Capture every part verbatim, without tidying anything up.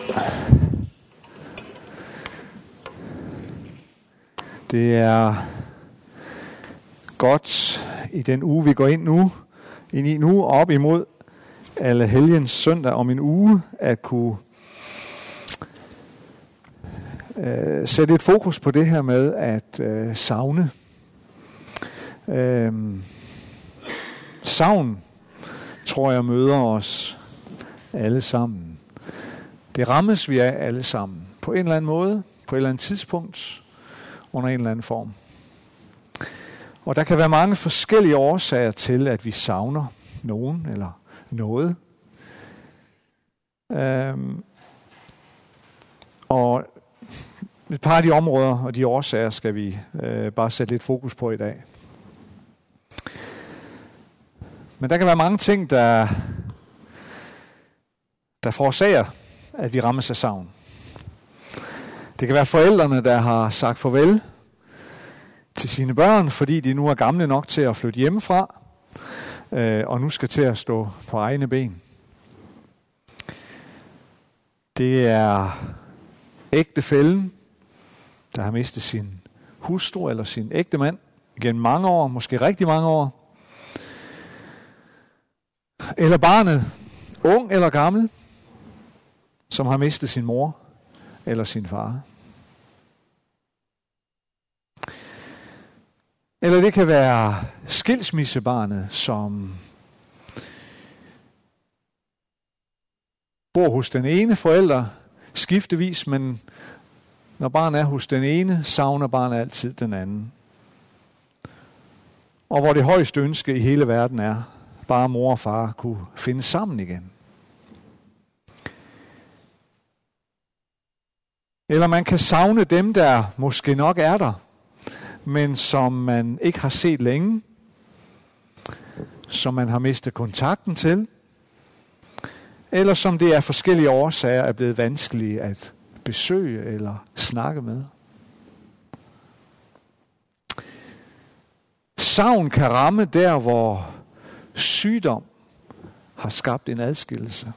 Det er godt i den uge, vi går ind nu, ind i nu, og op imod Allehelgens søndag om en uge, at kunne øh, sætte et fokus på det her med at øh, savne. Øh, savn, tror jeg, møder os alle sammen. Det rammes vi af alle sammen, på en eller anden måde, på et eller andet tidspunkt, under en eller anden form. Og der kan være mange forskellige årsager til, at vi savner nogen eller noget. Øhm, og et par af de områder og de årsager skal vi øh, bare sætte lidt fokus på i dag. Men der kan være mange ting, der, der forårsager, at vi rammes af savn. Det kan være forældrene, der har sagt farvel til sine børn, fordi de nu er gamle nok til at flytte hjemmefra, øh, og nu skal til at stå på egne ben. Det er ægtefællen, der har mistet sin hustru eller sin ægtemand gennem mange år, måske rigtig mange år. Eller barnet, ung eller gammel, som har mistet sin mor eller sin far. Eller det kan være skilsmissebarnet, som bor hos den ene forælder skiftevis, men når barnet er hos den ene, savner barnet altid den anden. Og hvor det højeste ønske i hele verden er, bare mor og far kunne finde sammen igen. Eller man kan savne dem, der måske nok er der, men som man ikke har set længe, som man har mistet kontakten til, eller som det af forskellige årsager er blevet vanskeligt at besøge eller snakke med. Savn kan ramme der, hvor sygdom har skabt en adskillelse.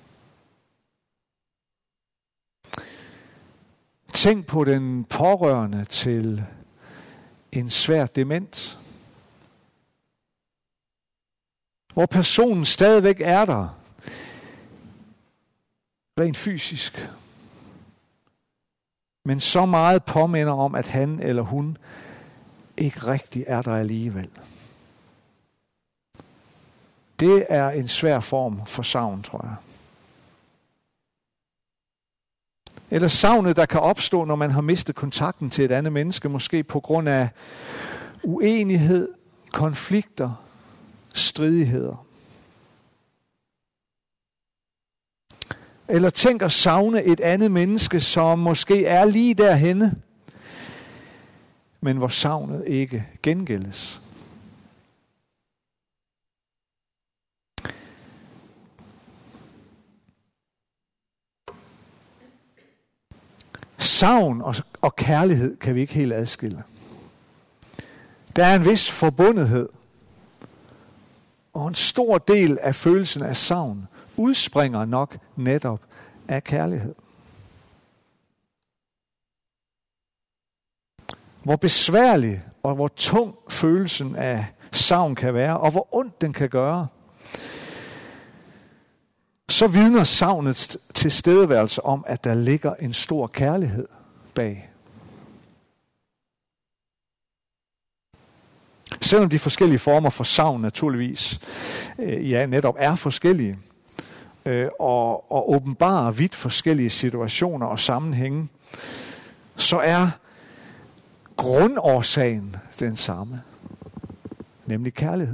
Tænk på den pårørende til en svær dement, hvor personen stadigvæk er der, rent fysisk, men så meget påminder om, at han eller hun ikke rigtig er der alligevel. Det er en svær form for savn, tror jeg. Eller savnet, der kan opstå, når man har mistet kontakten til et andet menneske, måske på grund af uenighed, konflikter, stridigheder. Eller tænk at savne et andet menneske, som måske er lige derhenne, men hvor savnet ikke gengældes. Savn og, og kærlighed kan vi ikke helt adskille. Der er en vis forbundethed, og en stor del af følelsen af savn udspringer nok netop af kærlighed. Hvor besværlig og hvor tung følelsen af savn kan være, og hvor ondt den kan gøre, så vidner savnets tilstedeværelse om, at der ligger en stor kærlighed bag. Selvom de forskellige former for savn naturligvis øh, ja, netop er forskellige, øh, og, og åbenbarer vidt forskellige situationer og sammenhænge, så er grundårsagen den samme, nemlig kærlighed.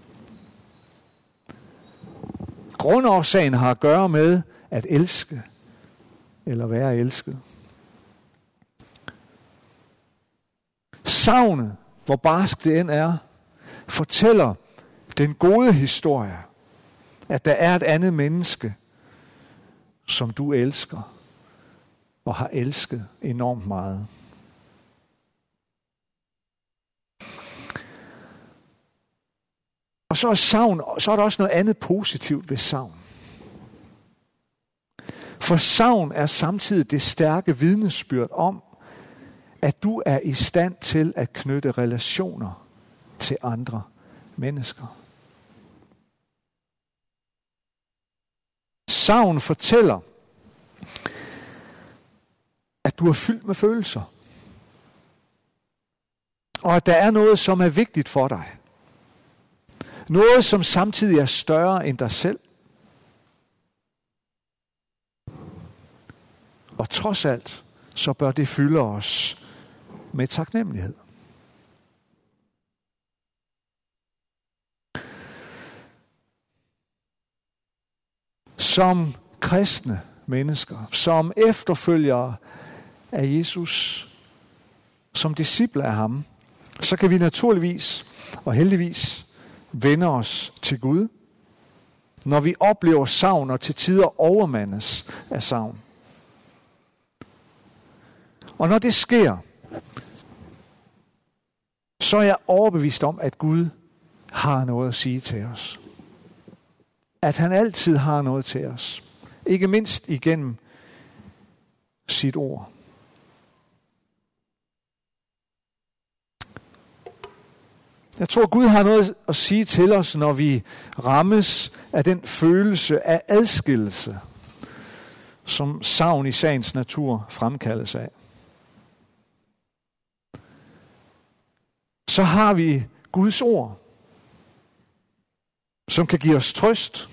Grundårsagen har at gøre med at elske, eller være elsket. Savnet, hvor barsk det end er, fortæller den gode historie, at der er et andet menneske, som du elsker, og har elsket enormt meget. så er savn, så er der også noget andet positivt ved savn. For savn er samtidig det stærke vidnesbyrd om, at du er i stand til at knytte relationer til andre mennesker. Savn fortæller, at du er fyldt med følelser. Og at der er noget, som er vigtigt for dig. Noget, som samtidig er større end dig selv. Og trods alt, så bør det fylde os med taknemmelighed. Som kristne mennesker, som efterfølgere af Jesus, som disciple af ham, så kan vi naturligvis og heldigvis vende os til Gud, når vi oplever savn og til tider overmandes af savn. Og når det sker, så er jeg overbevist om, at Gud har noget at sige til os. At han altid har noget til os. Ikke mindst igennem sit ord. Jeg tror, Gud har noget at sige til os, når vi rammes af den følelse af adskillelse, som savn i sagens natur fremkaldes af. Så har vi Guds ord, som kan give os trøst,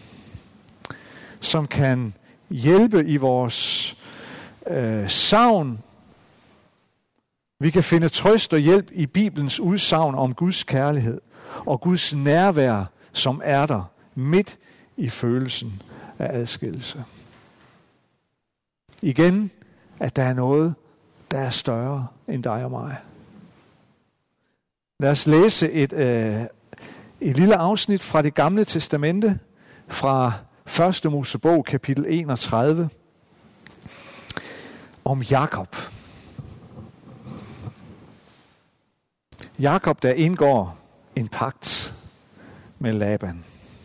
som kan hjælpe i vores øh, savn. Vi kan finde trøst og hjælp i Bibelens udsagn om Guds kærlighed og Guds nærvær, som er der midt i følelsen af adskillelse. Igen, at der er noget, der er større end dig og mig. Lad os læse et, øh, et lille afsnit fra Det Gamle Testamente, fra første Mosebog, kapitel enogtredive, om Jakob. Jakob, der indgår en pagt med Laban.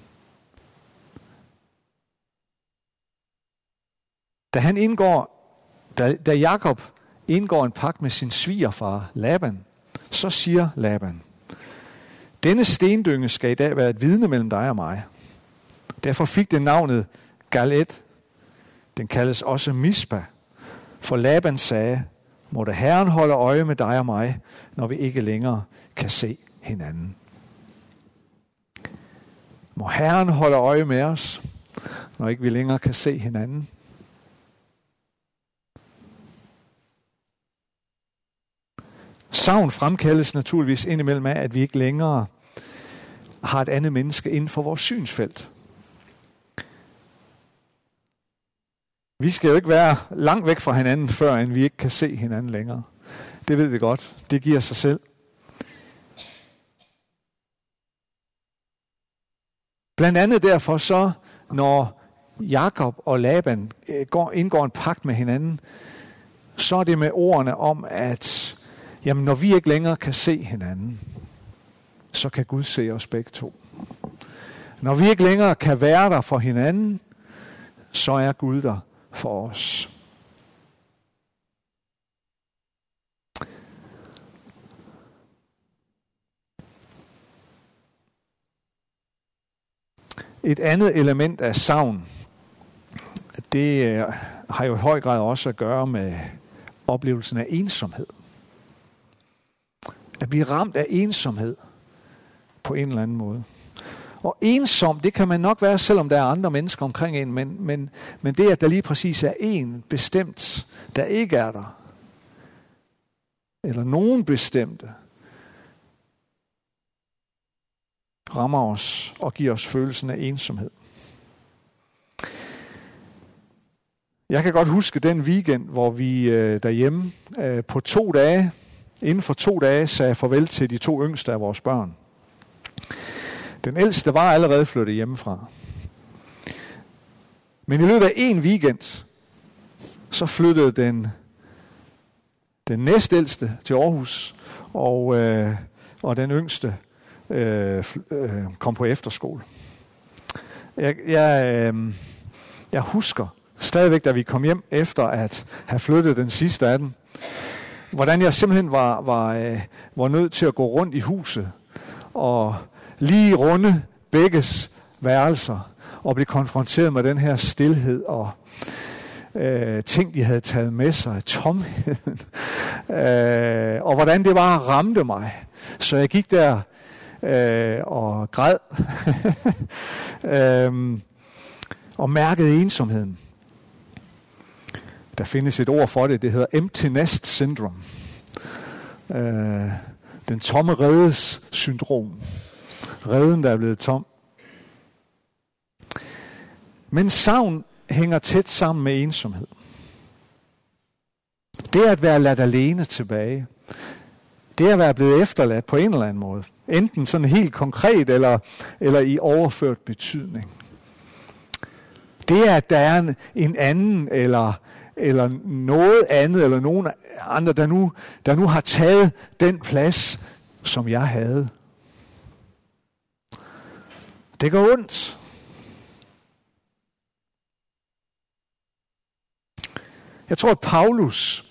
Da han indgår, da, da Jakob indgår en pagt med sin svigerfar Laban, så siger Laban: denne stendynge skal i dag være et vidne mellem dig og mig. Derfor fik den navnet Galed. Den kaldes også Mispa. For Laban sagde: må da Herren holde øje med dig og mig, når vi ikke længere kan se hinanden. Må Herren holde øje med os, når ikke vi længere kan se hinanden. Savn fremkaldes naturligvis indimellem af, at vi ikke længere har et andet menneske inden for vores synsfelt. Vi skal jo ikke være langt væk fra hinanden, før end vi ikke kan se hinanden længere. Det ved vi godt. Det giver sig selv. Blandt andet derfor så, når Jakob og Laban går, indgår en pagt med hinanden, så er det med ordene om, at jamen, når vi ikke længere kan se hinanden, så kan Gud se os begge to. Når vi ikke længere kan være der for hinanden, så er Gud der for os. Et andet element af savn, det har jo i høj grad også at gøre med oplevelsen af ensomhed. At blive ramt af ensomhed på en eller anden måde. Og ensom, det kan man nok være, selvom der er andre mennesker omkring en, men, men, men det, at der lige præcis er en bestemt, der ikke er der, eller nogen bestemte, rammer os og giver os følelsen af ensomhed. Jeg kan godt huske den weekend, hvor vi øh, derhjemme øh, på to dage, inden for to dage, sagde farvel til de to yngste af vores børn. Den ældste var allerede flyttet hjemmefra. Men i løbet af en weekend, så flyttede den, den næstældste til Aarhus, og, øh, og den yngste øh, øh, kom på efterskole. Jeg, jeg, øh, jeg husker stadigvæk da vi kom hjem efter at have flyttet den sidste af dem, hvordan jeg simpelthen var, var, øh, var nødt til at gå rundt i huset og lige runde begges værelser og blive konfronteret med den her stilhed og øh, ting, de havde taget med sig, tomheden, øh, og hvordan det bare ramte mig. Så jeg gik der øh, og græd øh, og mærkede ensomheden. Der findes et ord for det, det hedder empty nest syndrome. Øh, den tomme redes syndrom. Reden, der er blevet tom. Men savn hænger tæt sammen med ensomhed. Det at være ladt alene tilbage. Det at være blevet efterladt på en eller anden måde. Enten sådan helt konkret eller, eller i overført betydning. Det at der er en, en anden eller, eller noget andet eller nogen andre, der nu, der nu har taget den plads, som jeg havde. Det gør ondt. Jeg tror, at Paulus,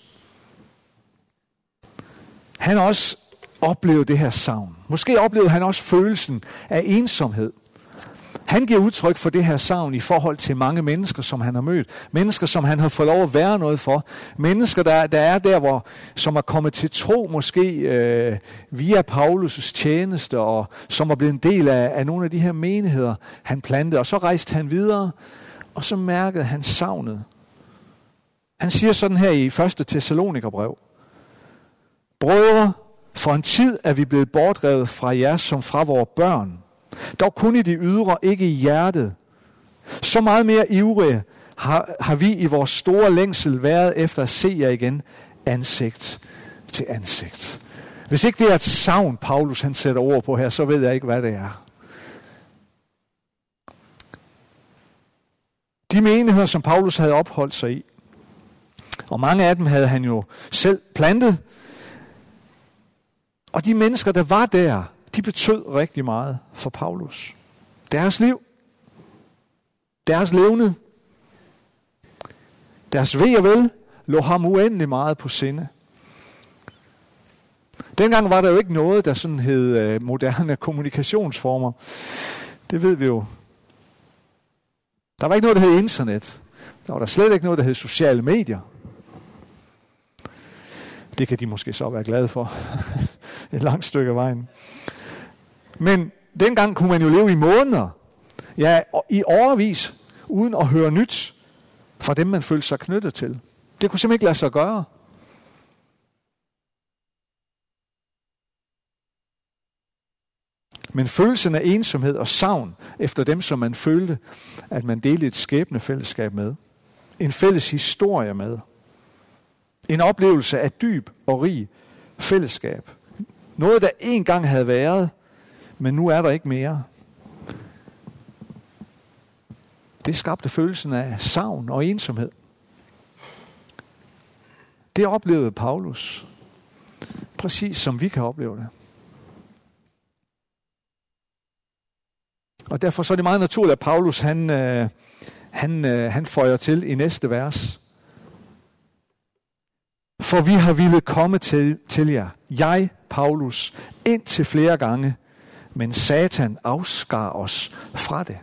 han også oplevede det her savn. Måske oplevede han også følelsen af ensomhed. Han giver udtryk for det her savn i forhold til mange mennesker, som han har mødt. Mennesker, som han har fået lov at være noget for. Mennesker, der, der er der, hvor, som er kommet til tro måske øh, via Paulus' tjeneste, og som er blevet en del af, af nogle af de her menigheder, han plantede. Og så rejste han videre, og så mærkede han savnet. Han siger sådan her i første Thessalonikerbrev. Brødre, for en tid er vi blevet bortrevet fra jer som fra vores børn. Dog kun i de ydre, ikke i hjertet. Så meget mere ivrige har, har vi i vores store længsel været efter at se jer igen ansigt til ansigt. Hvis ikke det er et savn, Paulus han sætter ord på her, så ved jeg ikke, hvad det er. De menigheder, som Paulus havde opholdt sig i, og mange af dem havde han jo selv plantet, og de mennesker, der var der, de betød rigtig meget for Paulus. Deres liv, deres levned, deres ve og vel, lå ham uendelig meget på sinde. Dengang var der jo ikke noget, der sådan hed moderne kommunikationsformer. Det ved vi jo. Der var ikke noget, der hed internet. Der var der slet ikke noget, der hed sociale medier. Det kan de måske så være glade for. Et langt stykke af vejen. Men dengang kunne man jo leve i måneder. Ja, i årevis, uden at høre nyt fra dem, man følte sig knyttet til. Det kunne simpelthen ikke lade sig gøre. Men følelsen af ensomhed og savn efter dem, som man følte, at man delte et skæbnefællesskab med. En fælles historie med. En oplevelse af dyb og rig fællesskab. Noget, der engang havde været, men nu er der ikke mere. Det skabte følelsen af savn og ensomhed. Det oplevede Paulus. Præcis som vi kan opleve det. Og derfor så er det meget naturligt, at Paulus han, øh, han, øh, han føjer til i næste vers. For vi har ville komme til, til jer, jeg, Paulus, indtil flere gange, men Satan afskar os fra det.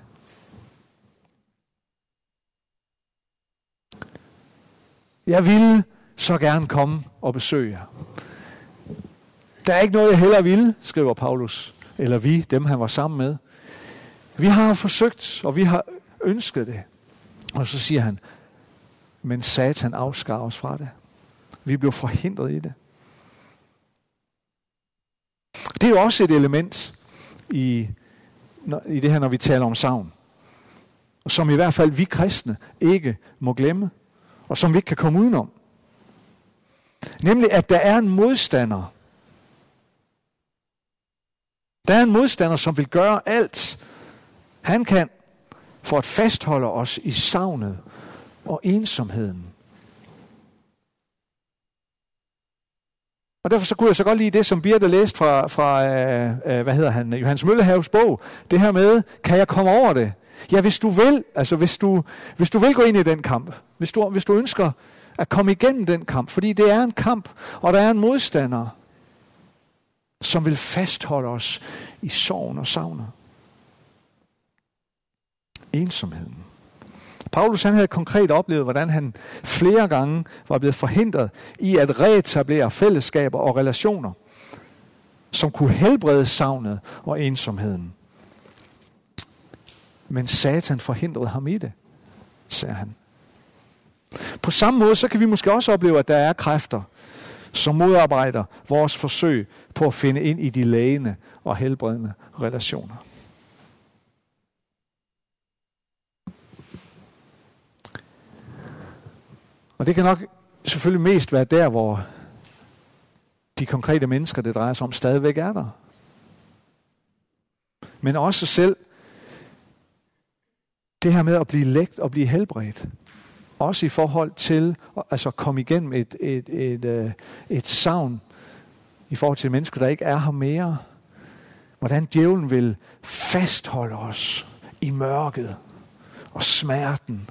Jeg ville så gerne komme og besøge jer. Der er ikke noget, jeg hellere ville, skriver Paulus, eller vi, dem han var sammen med. Vi har forsøgt, og vi har ønsket det. Og så siger han, men Satan afskar os fra det. Vi blev forhindret i det. Det er jo også et element i, i det her, når vi taler om savn. Som i hvert fald vi kristne ikke må glemme. Og som vi ikke kan komme udenom. Nemlig, at der er en modstander. Der er en modstander, som vil gøre alt, han kan, for at fastholde os i savnet og ensomheden. Og derfor så kunne jeg så godt lide det, som Birte læste fra, fra øh, hvad hedder han, Johannes Møllehaves bog. Det her med, kan jeg komme over det? Ja, hvis du vil, altså hvis du, hvis du vil gå ind i den kamp, hvis du, hvis du ønsker at komme igennem den kamp, fordi det er en kamp, og der er en modstander, som vil fastholde os i sorgen og savnet. Ensomheden. Paulus han havde konkret oplevet, hvordan han flere gange var blevet forhindret i at reetablere fællesskaber og relationer, som kunne helbrede savnet og ensomheden. Men Satan forhindrede ham i det, sagde han. På samme måde, så kan vi måske også opleve, at der er kræfter, som modarbejder vores forsøg på at finde ind i de lægende og helbredende relationer. Og det kan nok selvfølgelig mest være der, hvor de konkrete mennesker, det drejer sig om, stadigvæk er der. Men også selv det her med at blive lægt og blive helbredt. Også i forhold til altså at komme igennem et, et, et, et, et savn i forhold til mennesker, der ikke er her mere. Hvordan djævlen vil fastholde os i mørket og smerten.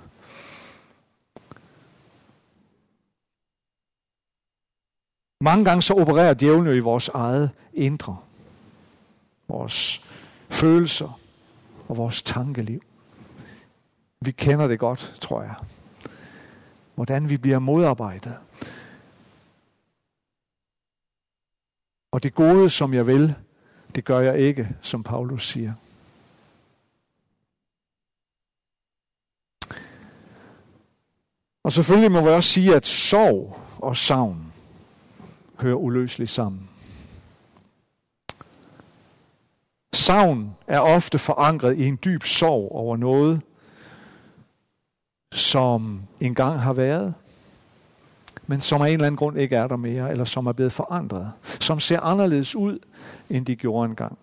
Mange gange så opererer djævlen jo i vores eget indre. Vores følelser og vores tankeliv. Vi kender det godt, tror jeg. Hvordan vi bliver modarbejdet. Og det gode, som jeg vil, det gør jeg ikke, som Paulus siger. Og selvfølgelig må vi også sige, at sorg og savn hører uløseligt sammen. Savn er ofte forankret i en dyb sorg over noget, som engang har været, men som af en eller anden grund ikke er der mere, eller som er blevet forandret, som ser anderledes ud, end de gjorde engang.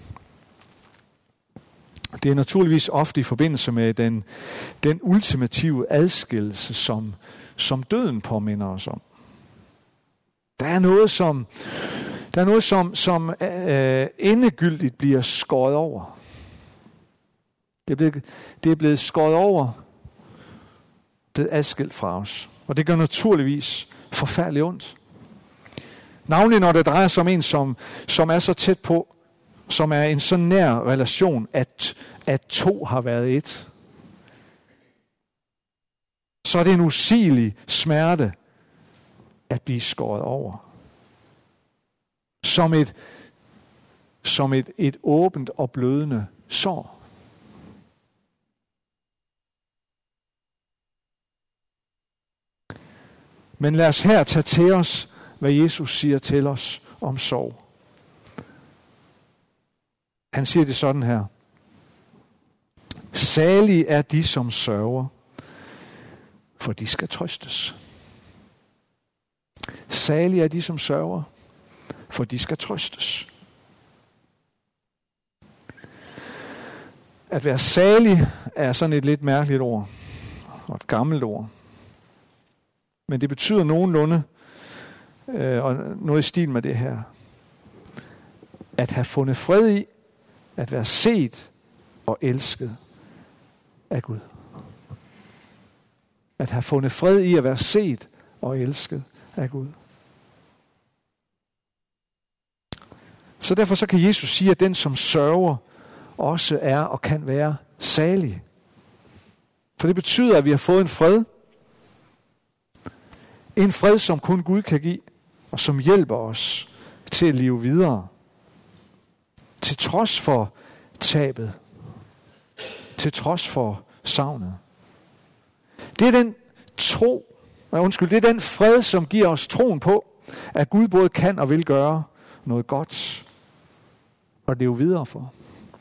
Det er naturligvis ofte i forbindelse med den, den ultimative adskillelse, som, som døden påminder os om. Der er noget, som, der er noget, som, som øh, endegyldigt bliver skåret over. Det er blevet, det er blevet skåret over, blevet adskilt fra os. Og det gør naturligvis forfærdeligt ondt. Navnlig når det drejer sig om en, som, som er så tæt på, som er en så nær relation, at, at to har været et. Så er det en usigelig smerte at blive skåret over. Som et, som et, et åbent og blødende sår. Men lad os her tage til os, hvad Jesus siger til os om sorg. Han siger det sådan her. Salige er de, som sørger, for de skal trøstes. Salige er de, som sørger, for de skal trøstes. At være salig er sådan et lidt mærkeligt ord, og et gammelt ord. Men det betyder nogenlunde, øh, og noget i stil med det her, at have fundet fred i, at være set og elsket af Gud. At have fundet fred i at være set og elsket af Gud. Så derfor så kan Jesus sige, at den, som sørger, også er og kan være salig. For det betyder, at vi har fået en fred. En fred, som kun Gud kan give, og som hjælper os til at leve videre. Til trods for tabet. Til trods for savnet. Det er den tro, undskyld, det er den fred, som giver os troen på, at Gud både kan og vil gøre noget godt, og leve videre for.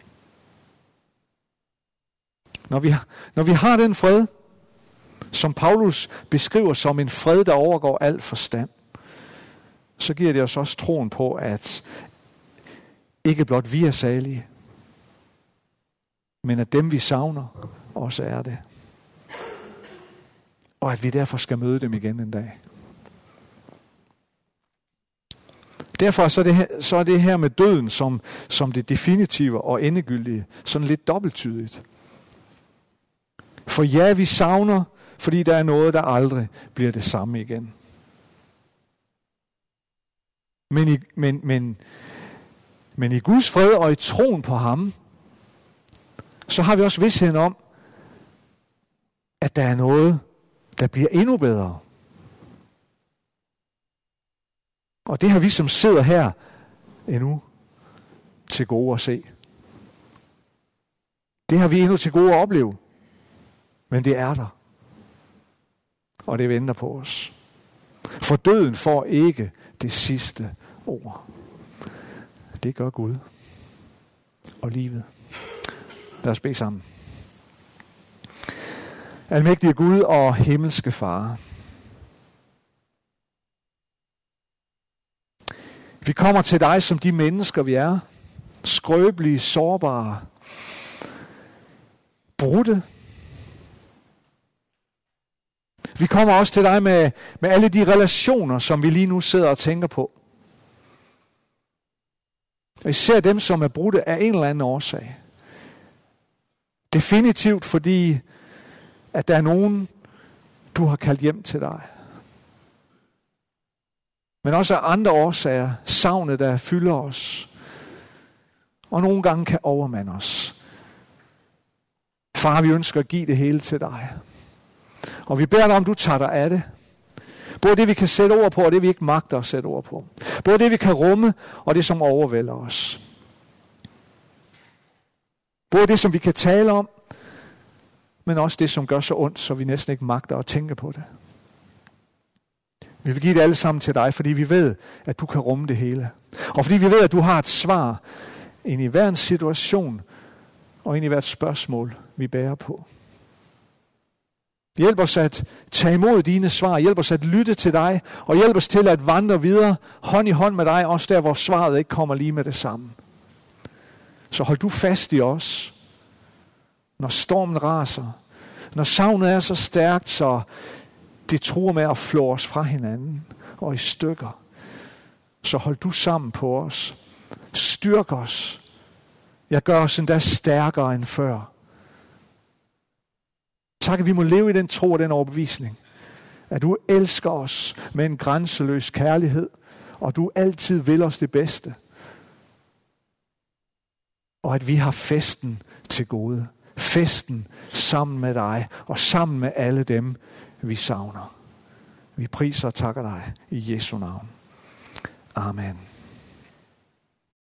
Når vi, når vi har den fred, som Paulus beskriver som en fred, der overgår al forstand, så giver det os også troen på, at ikke blot vi er salige, men at dem vi savner, også er det. Og at vi derfor skal møde dem igen en dag. Derfor så er det her, så er det her med døden som, som det definitive og endegyldige sådan lidt dobbelttydigt. For ja, vi savner, fordi der er noget, der aldrig bliver det samme igen. Men i, men, men, men i Guds fred og i troen på ham, så har vi også vidstheden om, at der er noget, der bliver endnu bedre. Og det har vi, som sidder her endnu, til gode at se. Det har vi endnu til gode at opleve. Men det er der. Og det venter på os. For døden får ikke det sidste ord. Det gør Gud. Og livet. Lad os bede sammen. Almægtige Gud og himmelske Far. Vi kommer til dig som de mennesker, vi er. Skrøbelige, sårbare, brudte. Vi kommer også til dig med, med alle de relationer, som vi lige nu sidder og tænker på. Og især dem, som er brudte af en eller anden årsag. Definitivt fordi, at der er nogen, du har kaldt hjem til dig. Men også af andre årsager, savnet, der fylder os. Og nogle gange kan overmande os. Far, vi ønsker at give det hele til dig. Og vi beder dig om, du tager dig af det. Både det, vi kan sætte ord på, og det, vi ikke magter at sætte ord på. Både det, vi kan rumme, og det, som overvælder os. Både det, som vi kan tale om, men også det, som gør så ondt, så vi næsten ikke magter at tænke på det. Vi vil give det alle sammen til dig, fordi vi ved, at du kan rumme det hele. Og fordi vi ved, at du har et svar ind i hver en situation, og ind i hvert spørgsmål, vi bærer på. Hjælp os at tage imod dine svar. Hjælp os at lytte til dig. Og hjælp os til at vandre videre hånd i hånd med dig. Også der, hvor svaret ikke kommer lige med det samme. Så hold du fast i os. Når stormen raser. Når savnet er så stærkt, så det truer med at flå os fra hinanden. Og i stykker. Så hold du sammen på os. Styrk os. Jeg gør os endda stærkere end før. Tak, at vi må leve i den tro og den overbevisning, at du elsker os med en grænseløs kærlighed, og du altid vil os det bedste. Og at vi har festen til gode. Festen sammen med dig, og sammen med alle dem, vi savner. Vi priser og takker dig i Jesu navn. Amen.